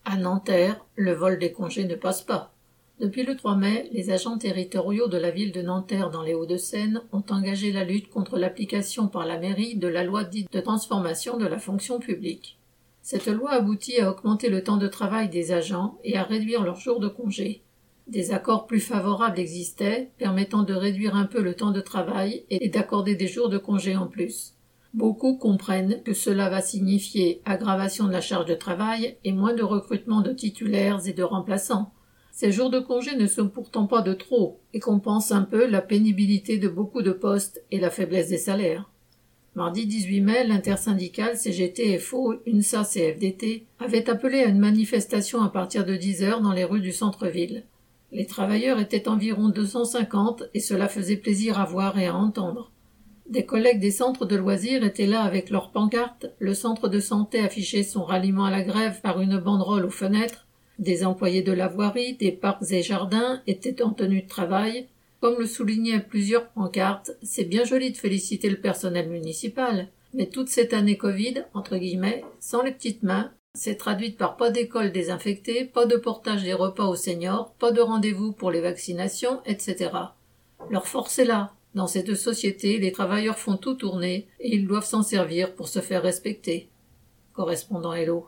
À Nanterre, le vol des congés ne passe pas. Depuis le 3 mai, les agents territoriaux de la ville de Nanterre dans les Hauts-de-Seine ont engagé la lutte contre l'application par la mairie de la loi dite de transformation de la fonction publique. Cette loi aboutit à augmenter le temps de travail des agents et à réduire leurs jours de congé. Des accords plus favorables existaient, permettant de réduire un peu le temps de travail et d'accorder des jours de congé en plus. Beaucoup comprennent que cela va signifier aggravation de la charge de travail et moins de recrutement de titulaires et de remplaçants. Ces jours de congé ne sont pourtant pas de trop et compensent un peu la pénibilité de beaucoup de postes et la faiblesse des salaires. Mardi 18 mai, l'intersyndicale CGT FO, UNSA CFDT avait appelé à une manifestation à partir de 10h dans les rues du centre-ville. Les travailleurs étaient environ 250 et cela faisait plaisir à voir et à entendre. Des collègues des centres de loisirs étaient là avec leurs pancartes, le centre de santé affichait son ralliement à la grève par une banderole aux fenêtres, des employés de la voirie, des parcs et jardins étaient en tenue de travail. Comme le soulignaient plusieurs pancartes, c'est bien joli de féliciter le personnel municipal, mais toute cette année Covid, entre guillemets, sans les petites mains, s'est traduite par pas d'école désinfectée, pas de portage des repas aux seniors, pas de rendez-vous pour les vaccinations, etc. Leur force est là. Dans cette société, les travailleurs font tout tourner et ils doivent s'en servir pour se faire respecter. Correspondant Hello.